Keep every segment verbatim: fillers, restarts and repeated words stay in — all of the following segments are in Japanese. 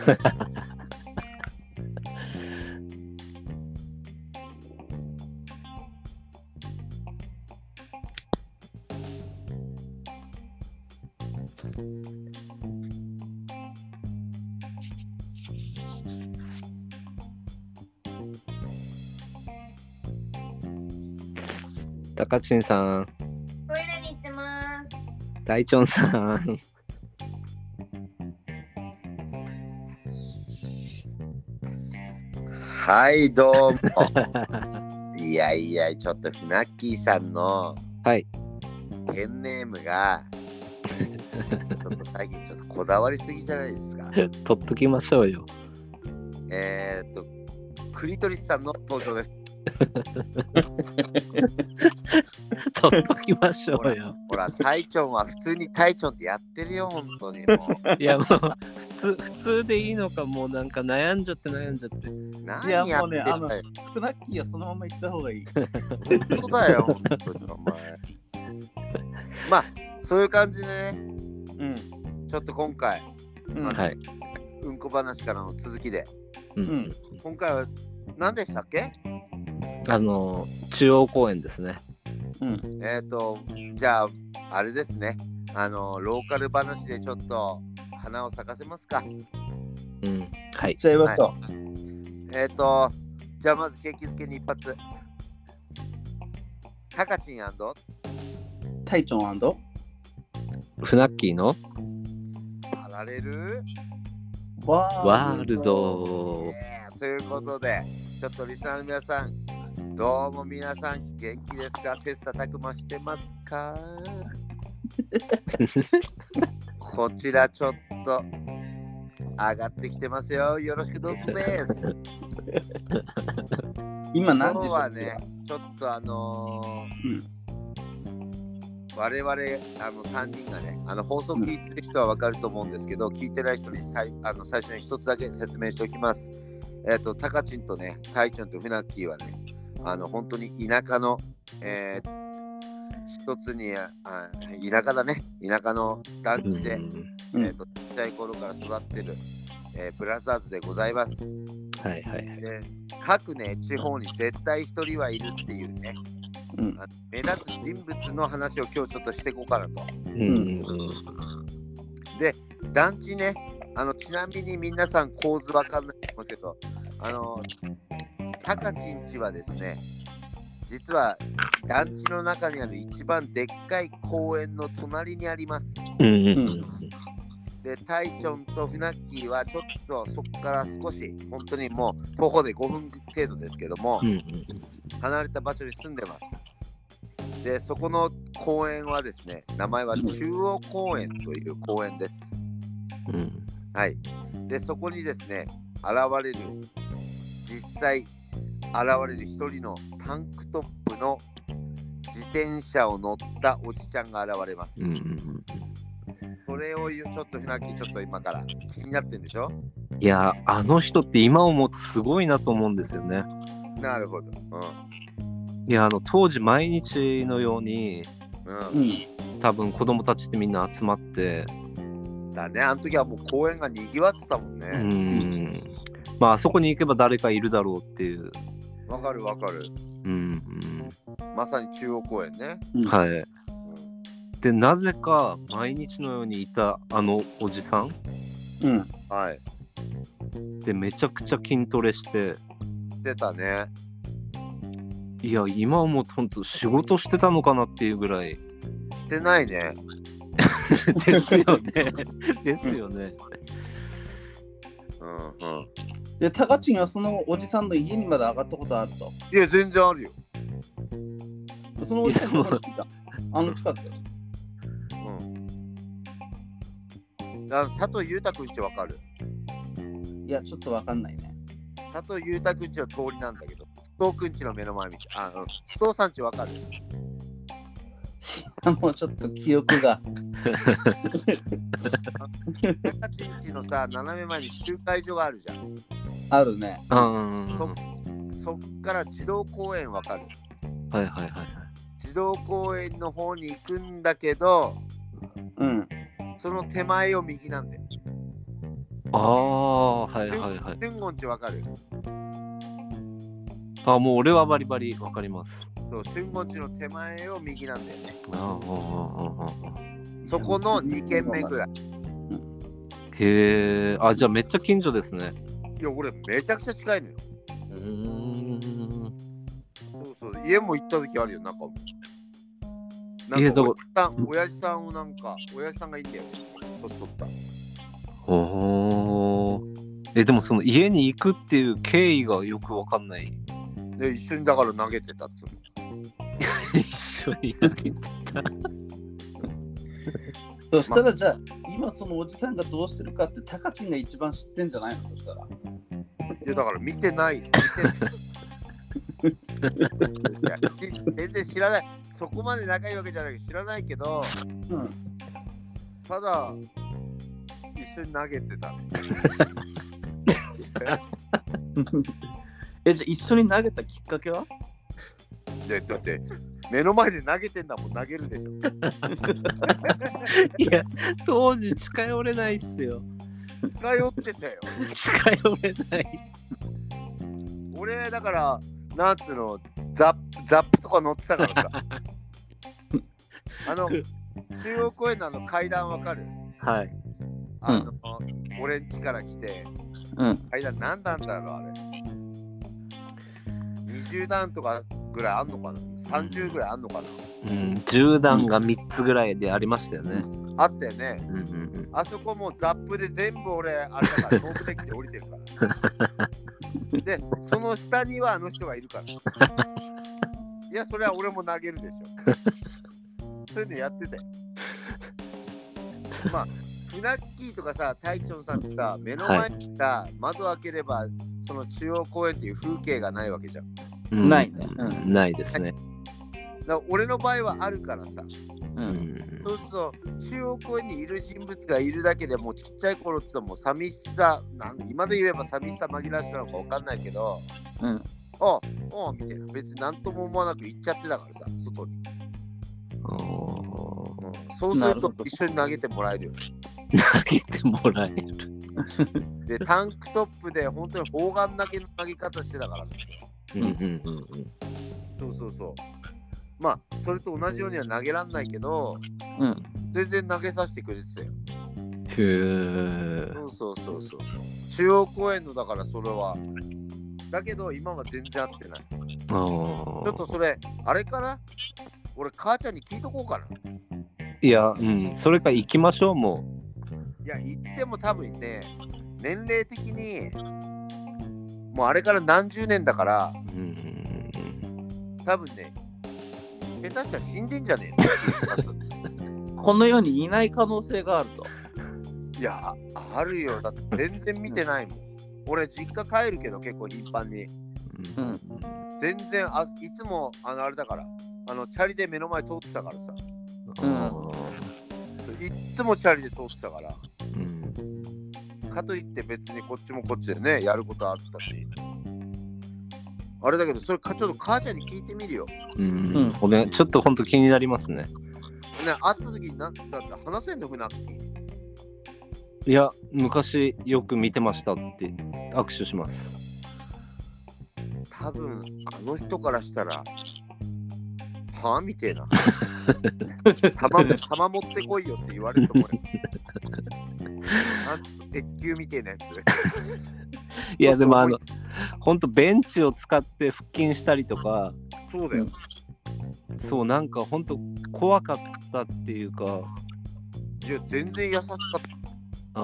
たかちんさん、 トイレに行ってます。 大ちょんさん。 はいどうも。いやいやちょっとフナッキーさんのはいペンネームがちょっと最近ちょっとこだわりすぎじゃないですか。 取っときましょうよ。 えーっとクリトリスさんの登場です。 取っときましょうよ。 ほらタイチョンは普通にタイチョンってやってるよ本当にもう。 いやもう普通普通でいいのか、もうなんか悩んじゃって悩んじゃって。 何やってんだよ。 フナッキーはそのまま行った方がいい。 本当だよ本当にお前。まあそういう感じでね、 うん、 ちょっと今回、 うん、 はい。 うんこ話からの続きで、 うん、 うん、 今回は何でしたっけ？ あの中央公園ですね。 うん、 えっ、ー、とじゃああれですね、あのローカル話でちょっと花を咲かせますか。 うん、はい。 じゃあ言いましょう。 はい、えっ、ー、とじゃあまず景気づけに一発。タカチン& タイチョン& フナッキーのパラレルワワールド。 えーということで、ちょっとリスナーの皆さん、どうも皆さん元気ですか？切磋琢磨してますか？こちらちょっと上がってきてますよ。よろしくどうぞです。 今何時今日はね、ちょっとあのーうん我々あのさんにんがね、あの放送聞いてる人は分かると思うんですけど、うん、聞いてない人にさいあの最初に一つだけ説明しておきます。えっ、ー、とタカチンとね、タイチョンとフナッキーはね、あの本当に田舎の、えー、一つにあ田舎だね、田舎の団地で、うん、えっ、ー、とちっちゃい頃から育ってる、えー、ブラザーズでございます。 はいはいはい。 で、各ね地方に絶対一人はいるっていうね。うん、目立つ人物の話を今日ちょっとしていこうかなと。うん、で、団地ね、あのちなみに皆さん構図わかんないと思うんですけど、あのタカチンチはですね、実は団地の中にある一番でっかい公園の隣にあります。うん、で、タイチョンとフナッキーはちょっとそこから少し本当にもう徒歩でごふん程度ですけども、うん離れた場所に住んでます。で、そこの公園はですね、名前は中央公園という公園です。うん、はい。で、そこにですね、現れる、実際現れる一人のタンクトップの自転車を乗ったおじちゃんが現れます。うん、それをちょっとフナッキー、ちょっと今から気になってんでしょ？ いや、あの人って今思うとすごいなと思うんですよね。 なるほど。うん、 いや、あの当時毎日のように、 うん、 多分子供たちってみんな集まってだね。あの時はもう公園がにぎわってたもんね。うん、 まああそこに行けば誰かいるだろうっていう。 わかるわかる。うん、うん、まさに中央公園ね。 うん、はい。で、なぜか毎日のようにいたあのおじさん、 うん、 はい。 でめちゃくちゃ筋トレして出たね。 いや、今思うと本当仕事してたのかなっていうぐらい。 してないね。 ですよね。ですよね。 うんうん。 で、タカチンはそのおじさんの家にまで上がったことあると。 いや、全然あるよ。 そのおじさんの話聞いた。あの近く。 うん。あの佐藤裕太くんちわかる？ いや、ちょっとわかんないね。 佐藤裕太くんちの通りなんだけど、須藤くんちの目の前見て、あの、須藤さんちわかる？ もうちょっと記憶が。 タカチンちのさ、斜め前に集会所があるじゃん。 あるね。 うんそ、そっから児童公園わかる？ はいはいはいはい。 児童公園の方に行くんだけど、 うん。 その手前を右なんだよ。 ああ、はいはいはい。 春言ってわかる？ あ、もう俺はバリバリわかります。 そう、春言地の手前を右なんだよね。 ああ、ああ、ああ。 そこのに軒目ぐらい。 へえ、あ、じゃあめっちゃ近所ですね。 いや、俺めちゃくちゃ近いのよ。 うーん。 そうそう、家も行った時あるよ、中も。なん家どこかおやじさん、親父さんをなんか、親父さんがいいんだよ。年取った。 おー。え、でもその家に行くっていう経緯がよくわかんない。 で、一緒にだから投げてたっつうの。 一緒に投げてた。 そしたらじゃあ、今そのおじさんがどうしてるかってタカチンが一番知ってんじゃないの？そしたら。 いや、だから見てない。見てない全然知らない。そこまで仲いいわけじゃないけど知らないけど、 うん、 ただ一緒に投げてたね。 え、じゃあ一緒に投げたきっかけは？ で、だって目の前で投げてんだもん、投げるでしょ。 いや、当時近寄れないっすよ。 近寄ってたよ。 近寄れない。 俺だからなんつうの、ザップザップとか乗ってたからさ。あの中央公園のあの階段わかる？ はい。 あの、うん、俺ん家から来て、 うん、 階段何段だろうあれ。にじゅう段とかぐらいあんのかな？さんじゅうぐらいあんのかな？ うん、じゅう段がみっつぐらいでありましたよね。 あったよね。 うんうんうん、 あそこもうザップで全部俺あれだから東北駅で降りてるから。で、その下にはあの人がいるから。いや、それは俺も投げるでしょ。そういうのやってて。まあ、フナッキーとかさ、タイチョンさんってさ、目の前にさ、はい、窓開ければ、その中央公園っていう風景がないわけじゃん。 うん、 ないね、 うん。ないですね。 だから俺の場合はあるからさ。 うん、 そうすると、中央公園にいる人物がいるだけでもうちっちゃい頃って言ったらもう寂しさ、なん今で言えば寂しさ紛らわしなのか分かんないけど、 うん、 ああ、みたいな、別に何とも思わなく行っちゃってたからさ、外に。うん、そうすると一緒に投げてもらえるよ。 投げてもらえる。 で、タンクトップで本当に砲丸投げの投げ方してたからね。 うんうんうんうん。 そうそうそう。まあ、それと同じようには投げらんないけど、 うん、 全然投げさせてくれてたよ。 へえ。 そうそうそうそう。中央公園のだからそれは。だけど今は全然合ってない。 ああ。 ちょっとそれ、あれかな？俺、母ちゃんに聞いとこうかな。 いや、うん、それか行きましょう、もう。いや、行っても多分ね、年齢的に、もうあれから何十年だから、うんうんうん、多分ね、下手したら死んでんじゃねえのこの世にいない可能性があると。 いや、あるよ。だって全然見てないもん。俺、実家帰るけど結構頻繁に。 うん、 全然あ、いつもあのあれだから、あのチャリで目の前通ってたからさ。 うん、 いっつもチャリで通ってたから。 うん、 かといって別にこっちもこっちでね、やることあったし。あれだけど、それかちょっと母ちゃんに聞いてみるよ。 うん、ごめん、ちょっとほんと気になりますね。 ね、会った時になんだって話せんのふなっき。 いや、昔よく見てましたって握手します。 多分あの人からしたら、はぁみてえな。玉玉持ってこいよって言われると思うよ。鉄球みてえなやつ。 いやでもあのほんとベンチを使って腹筋したりとか。 そうだよ。 そう、なんかほんと怖かったっていうか。 いや全然優しかった。 ああ。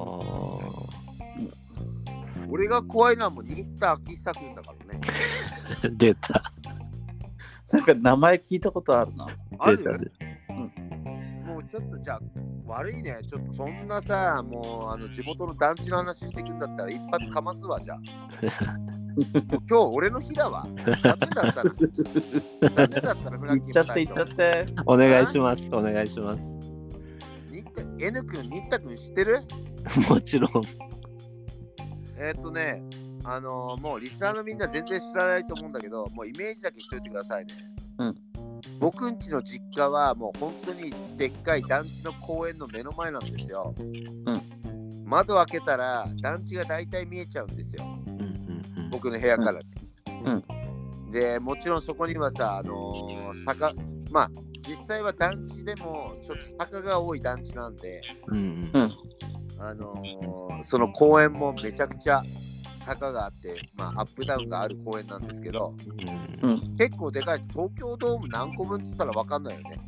俺が怖いのはもう新田明久君だからね。 出た。 なんか名前聞いたことあるな。 ある？うん、もうちょっとじゃあ悪いね。ちょっとそんなさ、もうあの地元の団地の話していくんだったら一発かますわじゃあ。今日俺の日だわ。ダメだったら。ダメだったらフランキー行っちゃって行っちゃって。 お願いします。お願いします。 N 君、新田君知ってる？ もちろん。 えー、っとね、あのー、もうリスナーのみんな全然知らないと思うんだけど、もうイメージだけしといてくださいね。 うん。 僕ん家の実家はもう本当にでっかい団地の公園の目の前なんですよ。 うん。 窓開けたら団地が大体見えちゃうんですよ、 うんうんうん、 僕の部屋から、 うんうん、でもちろんそこにはさ、あのー、坂まあ実際は団地でもちょっと坂が多い団地なんで、 うんうん、 あのー、その公園もめちゃくちゃ坂があって、まあ、アップダウンがある公園なんですけど、 うん、 結構でかい。東京ドーム何個分っつったら分かんないよね。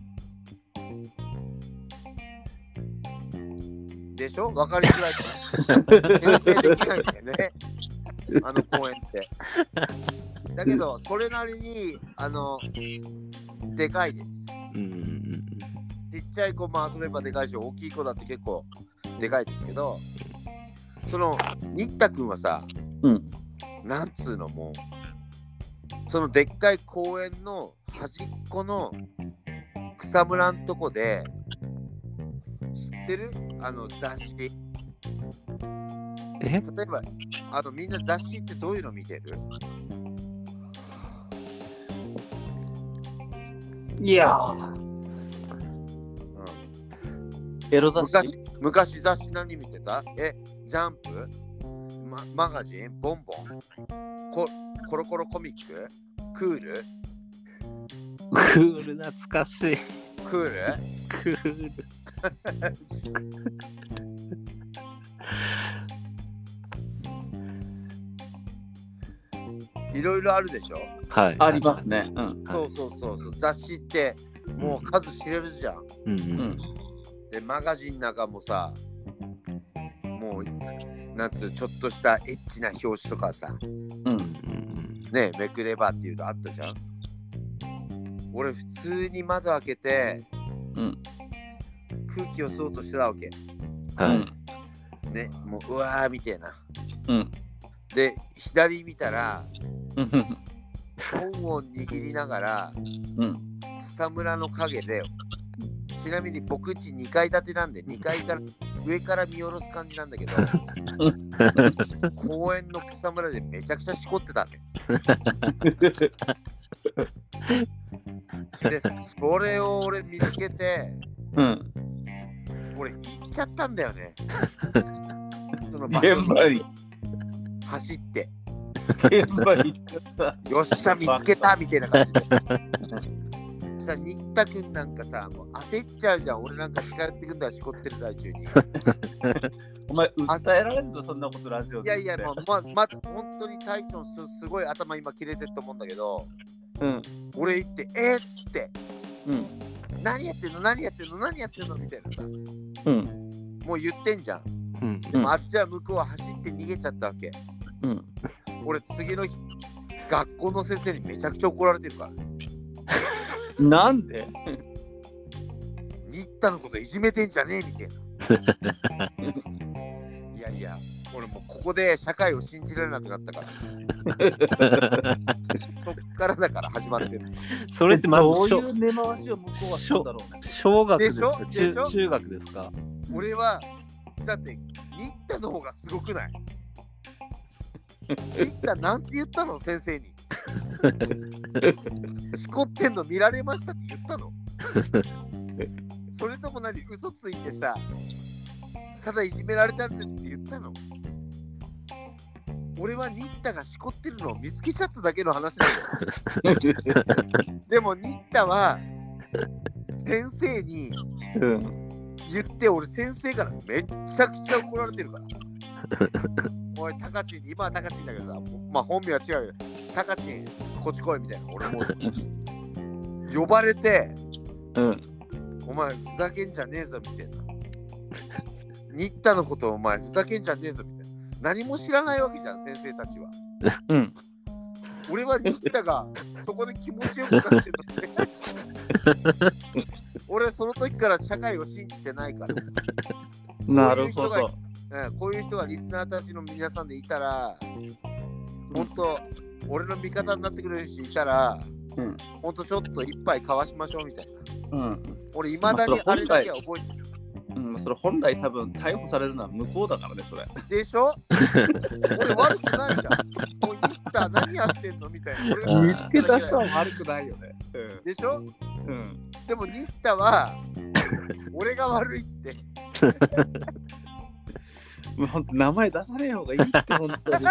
でしょ？分かりづらいから説明できないんだよね、あの公園って。だけどそれなりにあのでかいです、 うんうんうん、 ちっちゃい子も遊べばでかいし、大きい子だって結構でかいですけど、その新田くんはさ、 うん、 なんつうの、もうそのでっかい公園の端っこの草むらんとこで、知ってる？あの雑誌。 え？ 例えばあのみんな雑誌ってどういうの見てる？ いやー、 うん、 エロ雑誌。 昔昔雑誌何見てた？え、ジャンプ？ま、マガジン？ボンボン？コ、コロコロコミック？クール？ クール懐かしい。 クール？ クール。 いろいろあるでしょ？ はい。 ありますね。うん。 そうそうそうそう。雑誌ってもう数知れるじゃん。 うんうん。 で、マガジンなんかもさ、もうなんつう、ちょっとしたエッチな表紙とかさ、 うん、 ね、めくればっていうのあったじゃん。俺普通に窓開けて、 うん、 空気を吸おうとしてたわけ。 はい。 ね、もううわーみたいな。 うん。 で、左見たら、 うん、 本を握りながら、 うん、 草むらの陰で、ちなみに僕んちにかい建てなんで、にかいから上から見下ろす感じなんだけど、公園の草むらでめちゃくちゃしこってたね。で、それを俺見つけて、 うん、 俺行っちゃったんだよね。その場現所場に走って、 現場に行っちゃった。 よっしゃ見つけたみたいな感じで。さ、新田くんなんかさ、もう焦っちゃうじゃん。俺なんか近寄ってくんだよ、しこってる最中に。 お前訴えられるぞ、そんなことラジオで。 いやいや、まあ、ま、ま、本当にタイトン す, すごい頭今切れてると思うんだけど、 うん、 俺言ってえー、っつって、 うん、 何やってんの何やってんの何やってんのみたいなさ、 うん、 もう言ってんじゃん。 うん、 でもあっちは向こうは走って逃げちゃったわけ。 うん、 俺次の日学校の先生にめちゃくちゃ怒られてるから。 なんで？ 新田のこといじめてんじゃねえみたいな。いやいや、俺もうここで社会を信じられなくなったから。そっからだから始まってる。 それってまずどういう根回しを向こうはしたんだろうね。 小学ですか？ でしょ？でしょ？ 中、中学ですか？ 俺はだって新田の方がすごくない？新田なんて言ったの先生に。しこってんの見られましたって言ったの？それとも何嘘ついてさ、ただいじめられたんですって言ったの？俺は新田がしこってるのを見つけちゃっただけの話なんだよ。でも新田は先生に言って、俺先生からめっちゃくちゃ怒られてるから。おい、タカチン、今はタカチンだけどさ、まあ本名は違うよ。タカチン、こっち来いみたいな。俺も呼ばれて、 うん、 お前ふざけんじゃねえぞみたいな。新田のことお前ふざけんじゃねえぞみたいな。何も知らないわけじゃん、先生たちは。 うん。 俺は新田がそこで気持ちよくなってるので。俺はその時から社会を信じてないから。 なるほど。 うん、こういう人がリスナーたちの皆さんでいたら、本当、俺の味方になってくれる人いたら、うん、本当ちょっと一杯交わしましょうみたいな。うん、俺、いまだにあれだけは覚えてる。 うん、それ本来多分逮捕されるのは向こうだからね、それ。 でしょ？俺悪くないじゃん。もう新田何やってんのみたいな。俺見つけた人は悪くないよね。 うん、でしょ？ うん。 でも新田は俺が悪いって。 もうほんと名前出さねえ方がいいってほんとに。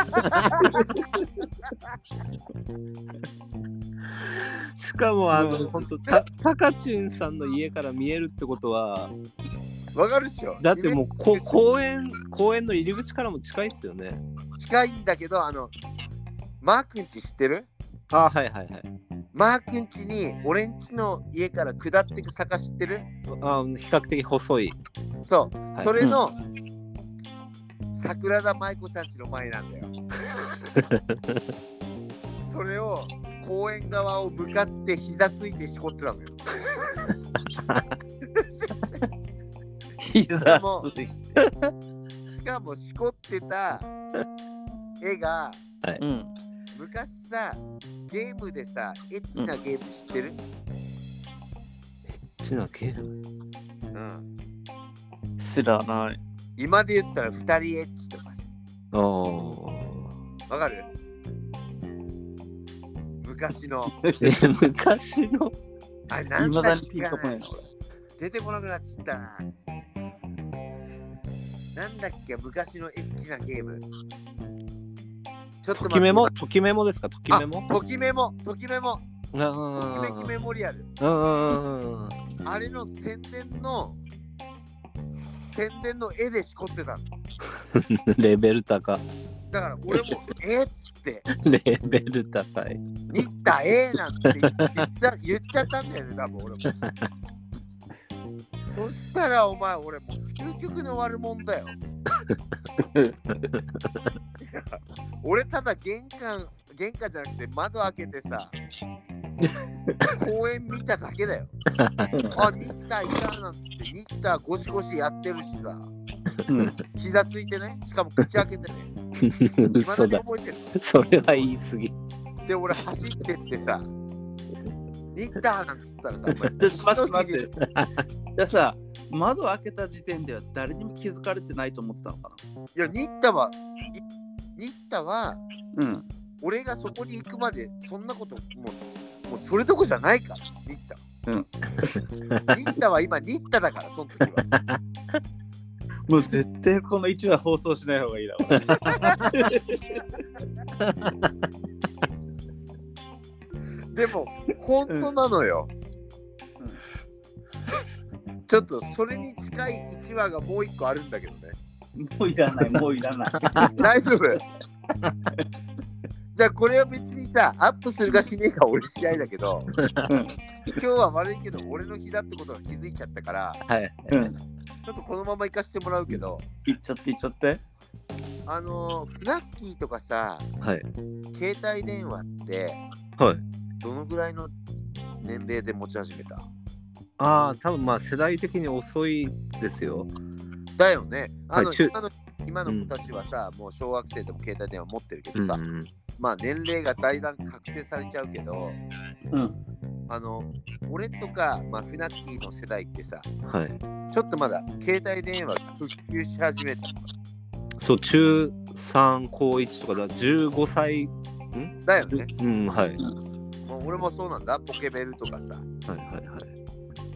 しかもあのうん本当たたかちんさんの家から見えるってことは、 わかるっしょ。 だってもうこ公園公園の入り口からも近いっすよね。 近いんだけど、あのマー君家知ってる？ あ、はいはいはい。 マー君家に俺ん家の家から下ってく坂知ってる？ あ、比較的細い。 そう、 はいそれの、桜田舞子ちゃん家の前なんだよ。それを公園側を向かって膝ついてしこってたのよ。 膝ついて。 しかもしこってた絵が、 はいうん。 昔さ、ゲームでさ、エッチなゲーム知ってる？ ちなゲーム。 うん。 知らない。 今で言ったら二人エッチとかさ。 ああ。 わかる？昔の。 え、昔の。 あれ、なん未だにピンだっけかなとこないな俺。 出てこなくなっちゃったな。なんだっけ、昔のエッチなゲーム。ちょっと待って。 ときメモ、ときメモですか、ときメモ。 あ、ときメモ、ときメモ、 あときめきメモリアル。 あ。 あれの宣伝の宣伝の絵でしこってたの。 レベル高。 だから俺もえっつってレベル高い。 ニッタえーなんて言っちゃ言っちゃったんだよね、多分俺も。そしたらお前俺もう究極の悪者だよ。俺ただ玄関玄関じゃなくて窓開けてさ公園見ただけだよ。あ、ニッタいたなんつってニッタゴシゴシやってるしさ、 うん、 膝ついてね、しかも口開けてね。未だに嘘だ。 覚えてる。 それは言い過ぎ。 で俺走ってってさ、ニッターなんつったらさ、お前ちょっと待って待って。じゃあさ、窓開けた時点では誰にも気づかれてないと思ってたのかいや、ニッタは、ニッタは、 な。うん。 俺がそこに行くまで、そんなこと、もう、もうそれどころじゃないから、ニッタ。 うん。 ニッタは今、ニッタだから、その時は。 もう絶対このいちわ放送しない方がいいだろ。 でも、本当なのよ。うん、ちょっと、それに近いいちわがもういっこあるんだけどね。 もういらない、もういらない。 大丈夫？じゃあこれは別にさ、アップするかしねえか俺次第だけど、うん、今日は悪いけど俺の日だってことが気づいちゃったから、 はい、 うん、 ちょっとこのまま行かせてもらうけど、 行っちゃって行っちゃって。 あのー、フナッキーとかさ、 はい、 携帯電話ってはい、 どのぐらいの年齢で持ち始めた？ ああ、多分まあ世代的に遅いですよ。 だよね。あの、 はい、 今の今の子たちはさ、うん、もう小学生でも携帯電話持ってるけどさ、うん、まあ年齢がだいだん確定されちゃうけど、 うん、 あの俺とか、まあ、フナッキーの世代ってさ、 はい、 ちょっとまだ携帯電話復旧し始めた。 そう、中さん、高いちとかだ、じゅうごさいんだよね。 うん、はい。 もう俺もそうなんだ、ポケベルとかさ。 はいはいはい。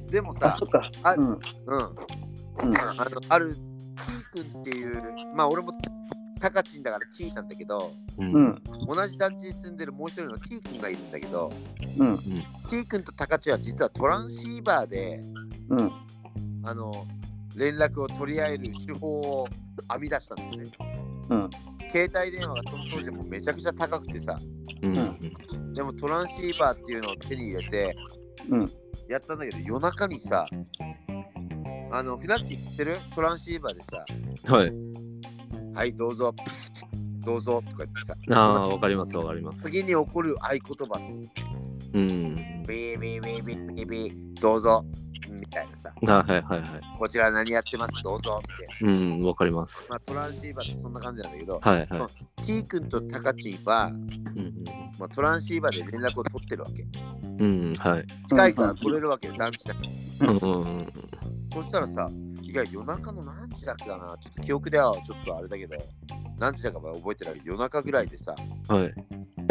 でもさ、 あ、そっか。 あ、 うん。 うん。うん、あのあるキー君っていう、まあ俺もタカチンだからキーなんだけど、 うん、 同じ団地に住んでるもう一人のキー君がいるんだけど、 うん、 キー君とタカチンは実はトランシーバーで、 うん、 あの連絡を取り合える手法を編み出したんですね。 うん、 携帯電話がその当時もめちゃくちゃ高くてさ、 うん、 でもトランシーバーっていうのを手に入れて、 うん、 やったんだけど、夜中にさ、あのフナッキー知ってる？トランシーバーでさ、 はい、 はいどうぞどうぞとか言ってさ、 ああ、わかりますわかります。 次に起こる合言葉って、 うん、 ビービービービービービーどうぞみたいなさ、 あ、はいはいはい。 こちら何やってますどうぞって。 うん、わかります。 まあトランシーバーってそんな感じなんだけど、 はいはい。 キー君とタカチンは、 うんまあ、トランシーバーで連絡を取ってるわけ。 うん、はい。 近いから取れるわけよ、団地だけ。 うん、 そしたらさ、いや夜中の何時だっけかな、ちょっと記憶ではちょっとあれだけど、何時だかは覚えてないけど、夜中ぐらいでさ、 はい。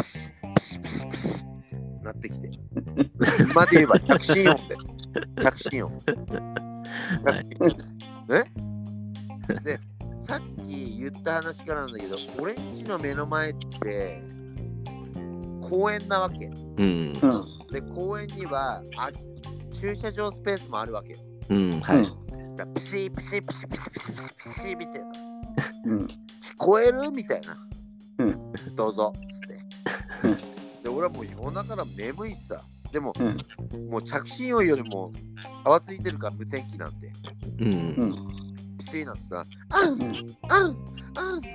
なってきて。今で言えば着信音で。着信音。 はい、 ねで、 さっき言った話からなんだけど、俺んちの目の前って公園なわけ。 うん。 で、公園にはあ駐車場スペースもあるわけ。 うん。はい。 だピシーピシーピシーピシーピシーピシーピシーみたいな。 うん。 聞こえるみたいな。 うん。 どうぞ。つって。で、俺はもう夜中だもん眠いしさ。でも、うん、もう着信音よりもざわついてるから無線機なんて。 うん。 ピシーなんてさ、あん、あん、あん。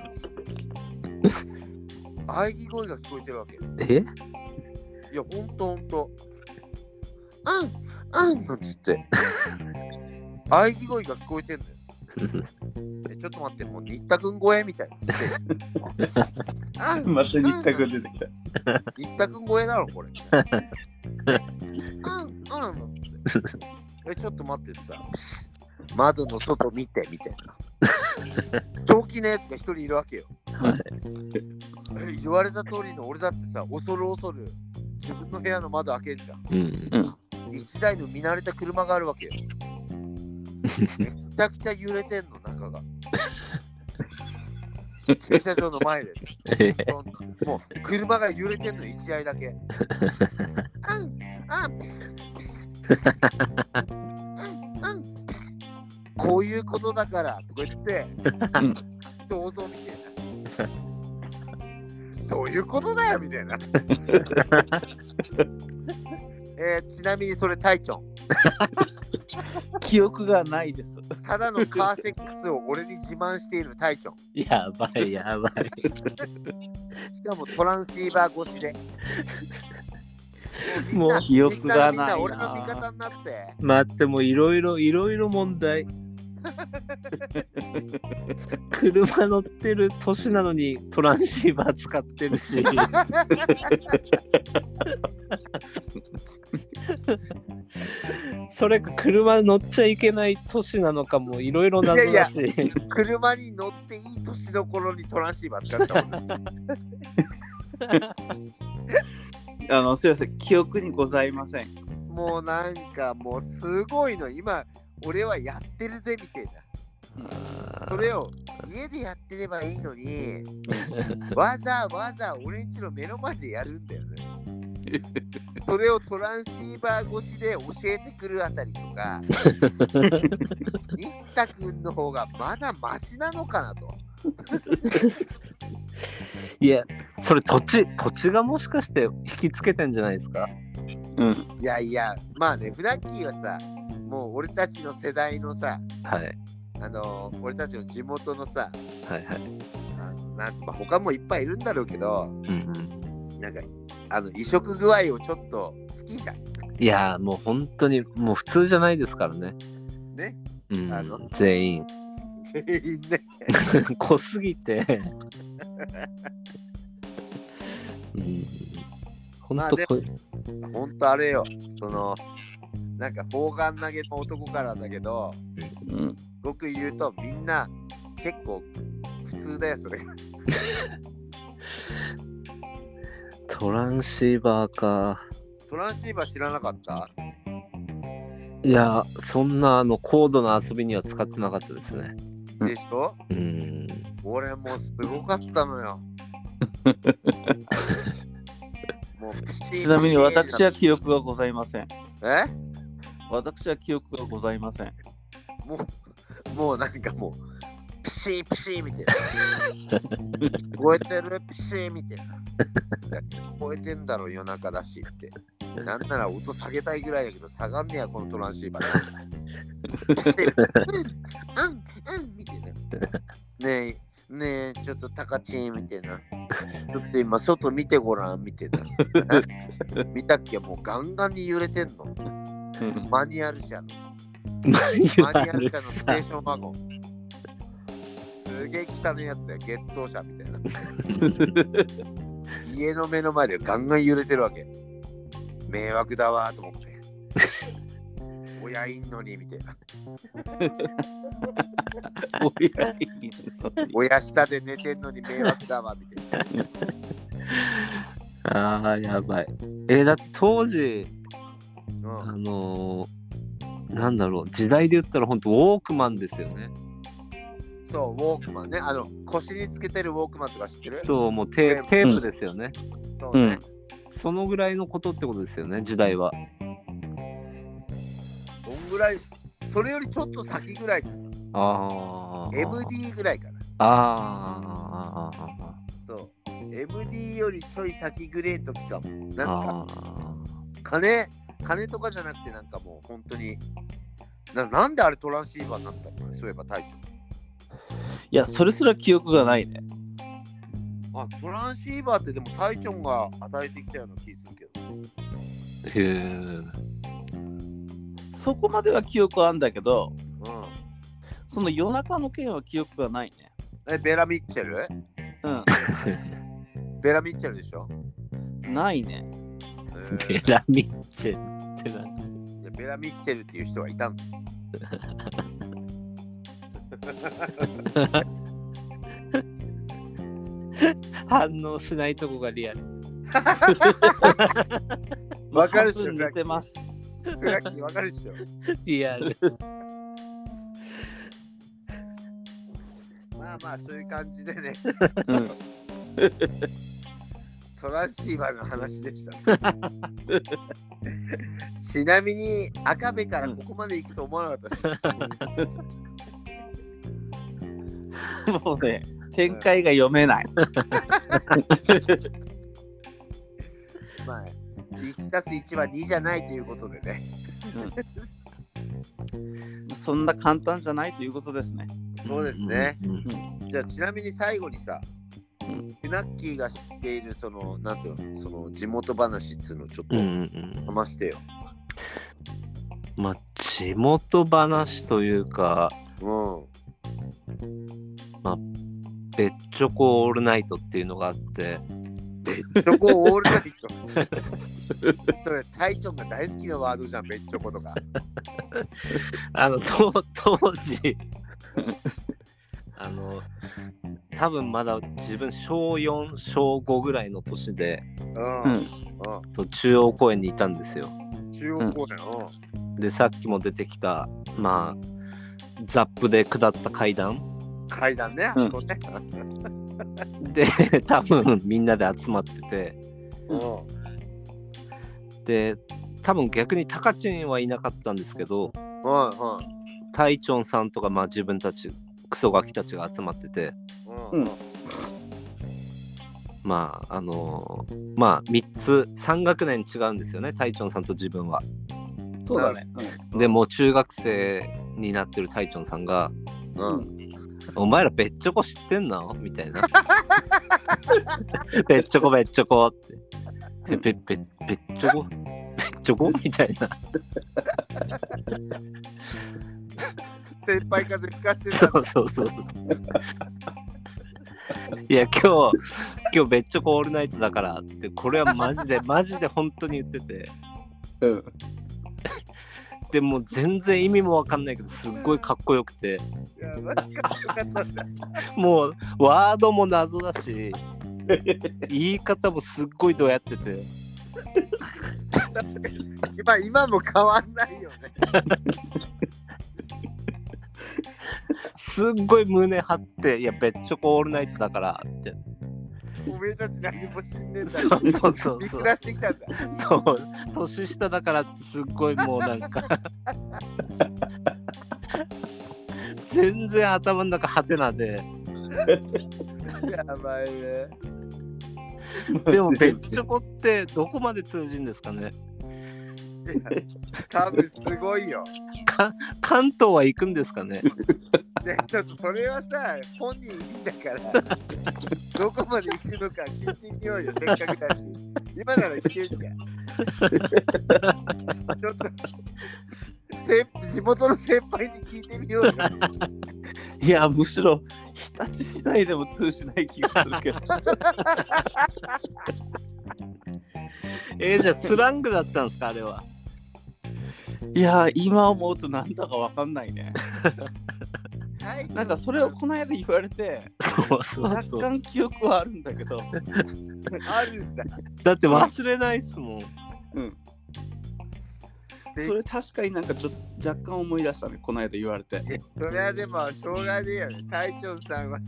喘ぎ声が聞こえてるわけ。 え？ いや、ほんとほんと。あん、あんなんつって。喘ぎ声が聞こえてんのよ。えちょっと待って、もう新田くん超えみたいな。あんまた新田くん出てきた。 新田くん超えだろ、これ。あん、あんなんつって。え、ちょっと待ってさ。窓の外見て、みたいな。長期のやつが一人いるわけよ。 はい、 え言われた通りの俺だってさ、恐る恐る自分の部屋の窓開けんじゃん。 うんうん、 一台の見慣れた車があるわけよ。めちゃくちゃ揺れてんの、中が。駐車場の前で。もう車が揺れてんの、一台だけ。あん、あん、あん、こういうことだからとか言って、どうぞみたいな。どういうことだよみたいな。えー、ちなみにそれタイチョン。 記憶がないです。 ただのカーセックスを俺に自慢しているタイチョン。 やばいやばい。 しかもトランシーバー越しで。 もう記憶がないな。 みんな俺の味方になって。 待ってもいろいろいろいろ問題。車乗ってる年なのにトランシーバー使ってるし。それか車乗っちゃいけない年なのかもいろいろ謎だし。いやいや車に乗っていい年の頃にトランシーバー使ったもん。 あのすいません、記憶にございません。 もうなんかもうすごいの、今俺はやってるぜみたいな。それを家でやってればいいのにわざわざ俺んちの目の前でやるんだよね。それをトランシーバー越しで教えてくるあたりとか新田くんの方がまだマシなのかなと。 いや、それ土地土地がもしかして引きつけてんじゃないですか。 うん。いやいや、まあね、フラッキーはさ、もう俺たちの世代のさ、 はい、 あのー、俺たちの地元のさ、 はいはい、 あのなんつまあ他もいっぱいいるんだろうけど、 うんうん、 なんかあの移植具合をちょっと好きじゃん。 いやもう本当にもう普通じゃないですからね。 ね、 うん、あの全員全員ね濃すぎて、うん、本当これ、 まあ、本当あれよ、そのなんか砲丸投げの男からだけど、うん、僕言うとみんな結構普通だよそれ。 トランシーバーか。 トランシーバー知らなかった？ いや、そんなあの高度な遊びには使ってなかったですね。 でしょ？ うん。 俺もすごかったのよ。 もうちなみに私は記憶がございません。 え？ 私は記憶がございません。 もう、もうなんかもう、ピシーピシーみたいな。聞こえてるピシーみたいな。聞こえてんだろ夜中だしって。なんなら音下げたいぐらいだけど、下がんねやこのトランシーバー。うん、うん、みたいな。ねえ、ねえ、ちょっとタカチンみたいな。ちょっと今外見てごらんみたいな。見たっけ？もうガンガンに揺れてんの。マニュアル車のマニュアル車のステーションワゴン。すげえ汚いやつだよ、ゲット車みたいな。家の目の前でガンガン揺れてるわけ。迷惑だわーと思って。親いんのにみたいな。 親いんのに。 親下で寝てんのに迷惑だわみたいな。ああ、やばい。えー、だって当時、うん、あのー、なんだろう、時代で言ったら本当ウォークマンですよね。 そう、ウォークマンね。あの、腰につけてるウォークマンとか知ってる？ そう、もうテーテープですよね、 そうね、 うん。そのぐらいのことってことですよね、時代は。 どんぐらい、それよりちょっと先ぐらいかな。 ああ。 エムディー ぐらいかな。 ああ。 そう。エムディー よりちょい先ぐらいの時かも。なんか、金、金とかじゃなくて、なんかもう本当に、な, なんであれトランシーバーになったのね、そういえば隊長。 いや、それすら記憶がないね。 あ、トランシーバーってでも隊長が与えてきたような気するけど。 へえ。 そこまでは記憶はあるんだけど、 うん。 その夜中の件は記憶がないね。 え、ベラ・ミッチェル？ うん。 ベラ・ミッチェルでしょ？ ないね。 ベラ・ミッチェルって何？ いや、ベラ・ミッチェルっていう人がいたんだ。 反応しないとこがリアル。 わかるっしょ、 似てます。 フラッキーわかるっしょ。 リアル。 まあまあ、そういう感じでね。 うん、 トランシーバーの話でした。ちなみに赤部からここまで行くと思わなかったし、 うん、もうね、展開が読めない。 まあいちたすいちはにじゃないということでね、 うん、そんな簡単じゃないということですね。 そうですね、 うんうん、じゃあちなみに最後にさ、 うん、 フナッキーが知っているそのなんていうの、その地元話っていうのをちょっと話してよ。 うんうん、まあ地元話というか、 うん、 まあべっちょこオールナイトっていうのがあって、 べっちょこオールナイトそれタイチョンが大好きなワードじゃん、べっちょことか。 あの当時あの多分まだ自分しょうよん、しょうごぐらいの年で、 うんうんうん、 と中央公園にいたんですよ。 中央公園、 うん、でさっきも出てきたまあザップで下った階段階段ね、あそこね、 うん、で多分みんなで集まってて、 うん、 で多分逆にタカチンはいなかったんですけど、 うんうん、 タイチョンさんとか、まあ、自分たちクソガキたちが集まってて、 うんうん、 まああのー、まあみっつさん学年違うんですよね、タイチョンさんと自分は。 そうだね、 うん、でもう中学生になってるタイチョンさんが、うん、お前らべっちょこ知ってんのみたいな。べっちょこべっちょこってべべべっちょこべっちょこみたいな。 先輩風吹かしてた。 そうそうそう。いや今日今日べっちょこオールナイトだからって、これはマジでマジで本当に言ってて、 うん、 でも全然意味もわかんないけどすっごいかっこよくて、 いやマジかっこよかったんだ。 もうワードも謎だし言い方もすっごいどうやってて今今も変わんないよね。 すっごい胸張って、いやべっちょこオールナイトだからって、 おめえたち何も死んでんだよ。 そうそうそう見下してきたんだ。 そう年下だからってすっごいもうなんか全然頭の中ハテナでやばいね。 でもべっちょこってどこまで通じるんですかね。 いや多分すごいよ。 か関東は行くんですかね。 でちょっとそれはさ本人いいんだからどこまで行くのか聞いてみようよ、せっかくだし。今なら聞けんじゃん。ちょっとせ地元の先輩に聞いてみようよ。 いやむしろ日立市内でも通じない気がするけど。 えー、じゃあスラングだったんですかあれは。 いや今思うとなんだかわかんないね。なんかそれをこの間言われてそうそうそう、 若干記憶はあるんだけどあるんだ。 だって忘れないっすもん。 うん。 それ確かになんかちょっと若干思い出したね、この間言われて。 それはでもしょうがねえよね。隊長さんは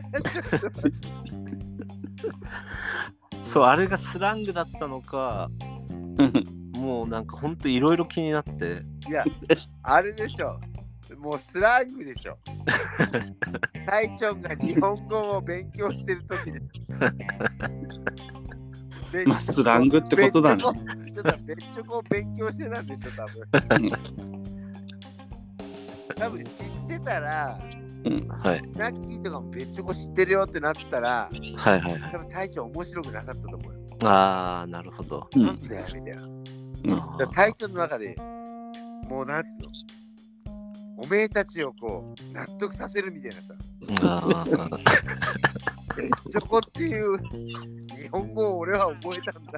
そう、あれがスラングだったのかもうなんかほんといろいろ気になって。 いや、あれでしょ、もうスラングでしょ。隊長が日本語を勉強してるときにまあスラングってことだね。 ちょっと別チョコを勉強してたんでしょ、多分。多分知ってたら、 うん、はい。 ナッキーとかも別チョコ知ってるよってなってたら、 はいはいはい。 多分隊長面白くなかったと思うよ。 ああ、なるほど。 なんだよみたいな。うん、隊長の中でもうなんつうの、おめえたちをこう納得させるみたいなさ。あ別チョコっていう日本語を俺は覚えたんだ。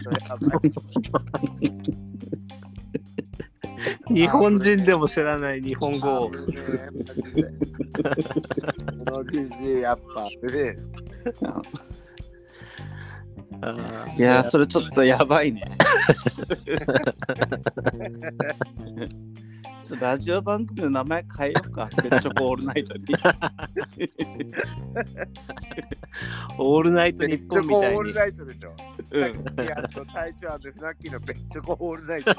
日本人でも知らない日本語を。このじじいやっぱね。 いやーそれちょっとやばいね。ちょっとラジオ番組の名前変えようか。ベッチョコオールナイトに。 オールナイト日本みたいに。ベッチョコオールナイトでしょ。うん。やっと隊長フナッキーのベッチョコオールナイト。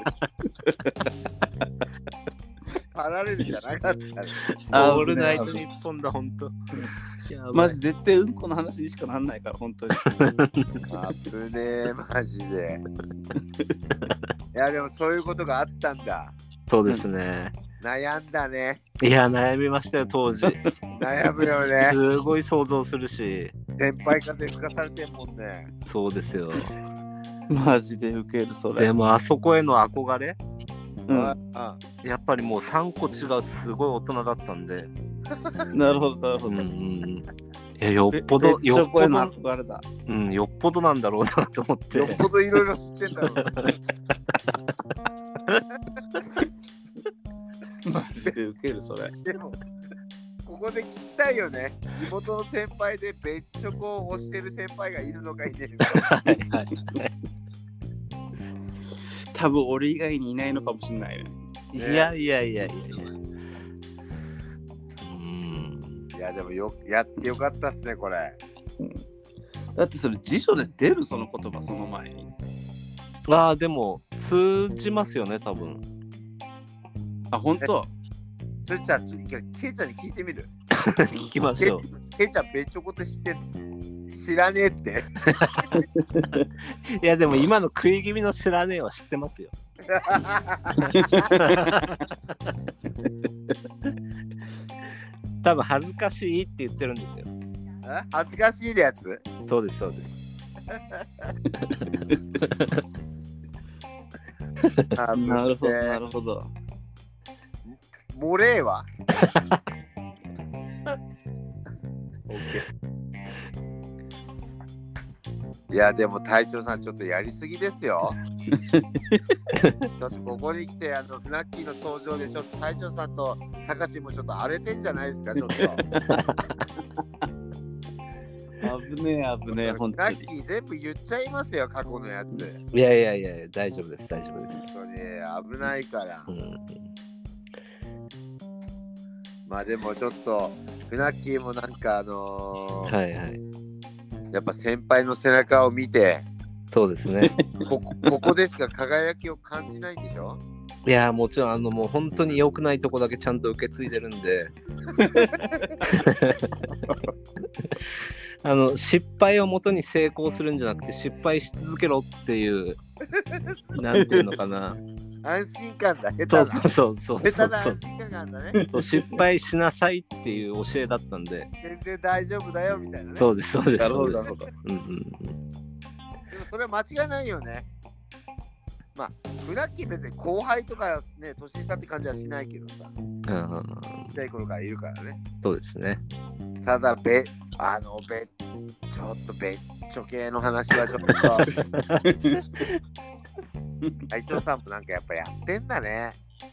パラレルじゃなかったね。 オールナイト日本だ、ほんと。 マジ絶対うんこの話にしかなんないから、ほんとに。 あぶねえ、マジで。いや、でもそういうことがあったんだ。 そうですね。 悩んだね。 いや、悩みましたよ、当時。 悩むよね。 すごい想像するし。 先輩風吹かされてんもんね。 そうですよ。 マジでウケる、それ。 でも、あそこへの憧れ、 うん、 やっぱりもうさんこ違うとすごい大人だったんで。 なるほど、なるほど。 うんうん、いや、よっぽど、よっぽど、 憧れだ。 うん、よっぽどなんだろうなと思って。 よっぽどいろいろ知ってんだろうな。 マジでウケる、それ。 でも、ここで聞きたいよね。地元の先輩で別チョコを推してる先輩がいるのかいねえのか。 多分俺以外にいないのかもしれないね。 いやいやいやいやいや。 うん。いやでもよやってよかったっすねこれ、 うん。だってそれ辞書で出るその言葉その前に。 ああでも通じますよね多分。 あ本当。 それじゃあケイちゃんに聞いてみる。 聞きましょう。 ケイちゃん別チョコって知ってんの？知らねえっていやでも今の食い気味の知らねえは知ってますよ。多分恥ずかしいって言ってるんですよ。 恥ずかしいやつ？ そうですそうです。 なるほどなるほど。 モレーはいやでも隊長さんちょっとやりすぎですよ。ちょっとここに来てあのフナッキーの登場でちょっと隊長さんとタカチもちょっと荒れてんじゃないですかちょっと。 危ねえ危ねえ本当に。 フナッキー全部言っちゃいますよ過去のやつ。 いやいやいや大丈夫です大丈夫です。 本当に危ないから。うん、まあでもちょっとフナッキーもなんかあのー、 はいはい。 やっぱ先輩の背中を見てそうですねこ, ここでしか輝きを感じないんでしょ。 いやもちろんあのもう本当に良くないとこだけちゃんと受け継いでるんであの失敗をもとに成功するんじゃなくて失敗し続けろっていうなんていうのかな安心感だ下手なそうそうそう下手な安心感なんだね失敗しなさいっていう教えだったんで全然大丈夫だよみたいなね。 そうですそうです。 なるほどなるほど。 うんうんうん。 でもそれは間違いないよね。まあフナッキー別に後輩とかね年下って感じはしないけどさ。 うんちっちゃい頃からいるからね。 そうですね。 ただべあのべちょっとべっちょ系の話はちょっと隊長さんもなんかやっぱやってんだね。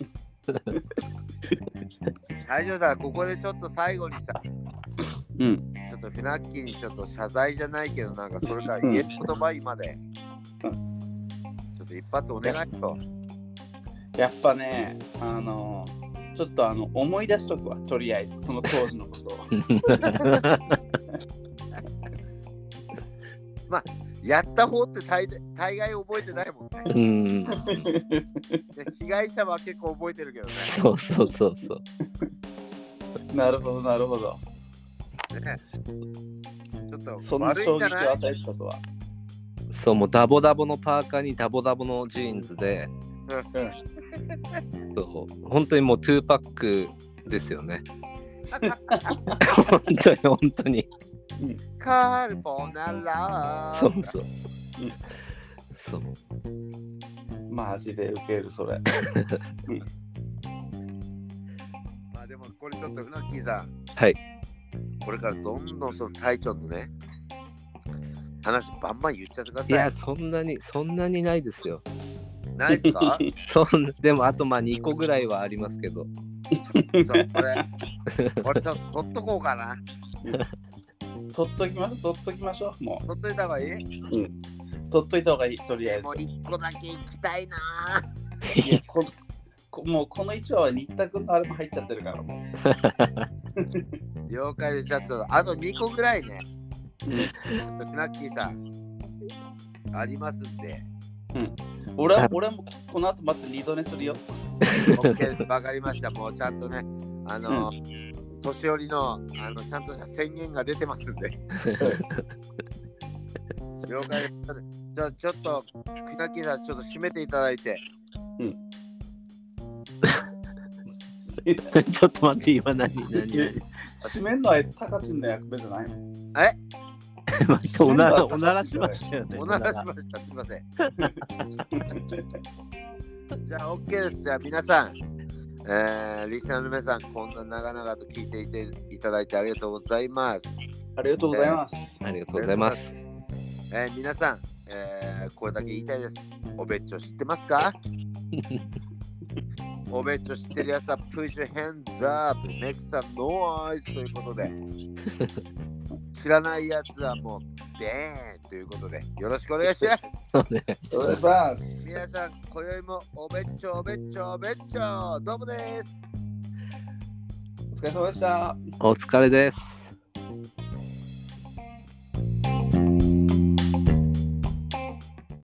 隊長さんここでちょっと最後にさ、 うん、 ちょっとフナッキーにちょっと謝罪じゃないけどなんかそれから言える言葉今で、ちょっと一発お願いと。 やっぱね、あの、ちょっとあの思い出しとくわ、とりあえず、その当時のことを。 まあ、やった方って大大概覚えてないもんね。 うん。 被害者は結構覚えてるけどね。 そうそうそうそう。 なるほど、なるほど。 ね、ちょっとそんな衝撃を与えたとは。 そう、もうダボダボのパーカーにダボダボのジーンズで、そう本当にもうツーパックですよね。本当に本当に。 カリフォルニアそうそう。 うん、 そう。 マジでウケるそれ。 まあでもこれちょっとフナッキーさん。 はい。 これからどんどんその隊長のね話バンバン言っちゃってください。 いやそんなにそんなにないですよ。 ないですか？ そんでもあとまあにこぐらいはありますけど。 ちょっとこれこれちょっと取っとこうかな。 取っときましょう、取っときましょう。もう。 取っといた方がいい？ うん。取っといた方がいい、とりあえず。 もういっこだけ行きたいな。 いやここもうこのいちわは新田君のあれも入っちゃってるからもう。了解で、じゃああとにこぐらいね。 うん。 フナッキーさんありますんで。 うん。俺は俺もこの後また二度寝するよ。 OK、わかりました。もうちゃんとね、あの、うん、年寄りのあのちゃんとした宣言が出てますんで。了解です。じゃあちょっとフナッキーさんちょっと締めていただいて。 うん。 ちょっと待って、今何何何締めんのはタカチンの役目じゃないの？ えおならおならしましたよね。 おならしました。すみません。じゃあ OK です。じゃあ皆さん、えー、リスナーの皆さん、こんな長々と聞いていていただいてありがとうございます。 ありがとうございます。 えー、ありがとうございます。 えー、皆さん、えー、これだけ言いたいです。おべっちょ知ってますか？おべっちょ知ってるやつは Push your hands up, make some noise ということで知らないやつはもうデーンということでよろしくお願いします。 お願いします。 皆さん、今宵もおべっちょおべっちょおべっちょどうもです。 お疲れ様でした。 お疲れです。